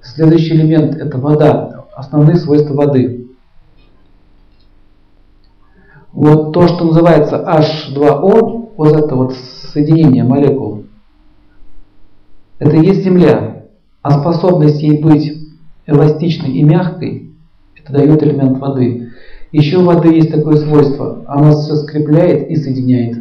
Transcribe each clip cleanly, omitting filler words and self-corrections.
Следующий элемент – это вода. Основные свойства воды. Вот то, что называется H2O, вот это вот соединение молекул, это и есть Земля. А способность ей быть эластичной и мягкой, это дает элемент воды. Еще у воды есть такое свойство, она все скрепляет и соединяет.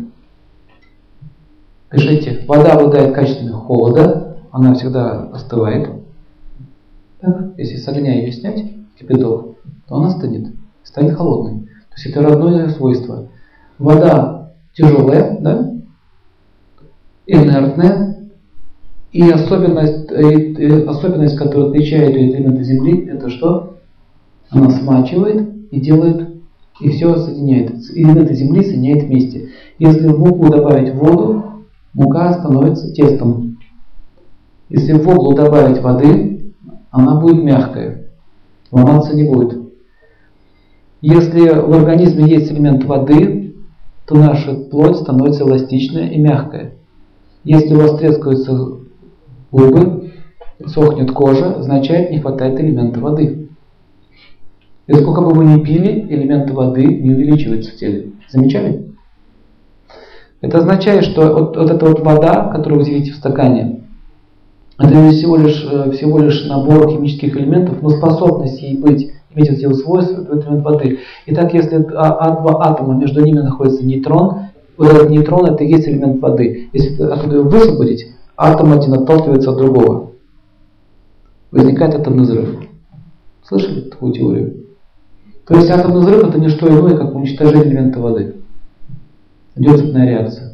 Пишите, вода обладает качествами холода, она всегда остывает. Так, если с огня ее снять, кипяток, то она станет холодной. То есть это родное свойство. Вода тяжелая, да? Инертная. И особенность, которая отличает элементы Земли, это что? Она смачивает и делает, и все соединяет. Элементы Земли соединяет вместе. Если в муку добавить воду, мука становится тестом. Если в воду добавить воды, она будет мягкая. Ломаться не будет. Если в организме есть элемент воды, то наша плоть становится эластичная и мягкая. Если у вас трескаются губы, сохнет кожа, означает, не хватает элемента воды. И сколько бы вы ни пили, элемент воды не увеличивается в теле. Замечали? Это означает, что вот эта вот вода, которую вы видите в стакане, это всего лишь набор химических элементов, но способность ей иметь эти свойства, это элемент воды. Итак, если два атома, между ними находится нейтрон, вот этот нейтрон это и есть элемент воды. Если оттуда его высвободить, атом один отталкивается от другого. Возникает атомный взрыв. Слышали такую теорию? То есть атомный взрыв это не что иное, как уничтожение элемента воды. Идет цепная реакция.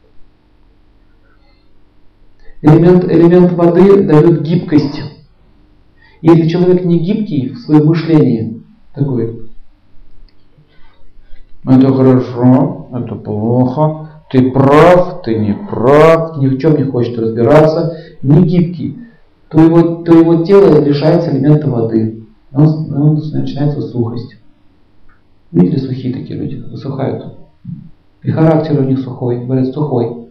Элемент воды дает гибкость. Если человек не гибкий в своем мышлении, такой, это хорошо, это плохо, ты прав, ты не прав, ни в чем не хочет разбираться, не гибкий, то его тело лишается элемента воды. Начинается сухость. Видели, сухие такие люди, высыхают. И характер у них сухой, говорят, сухой.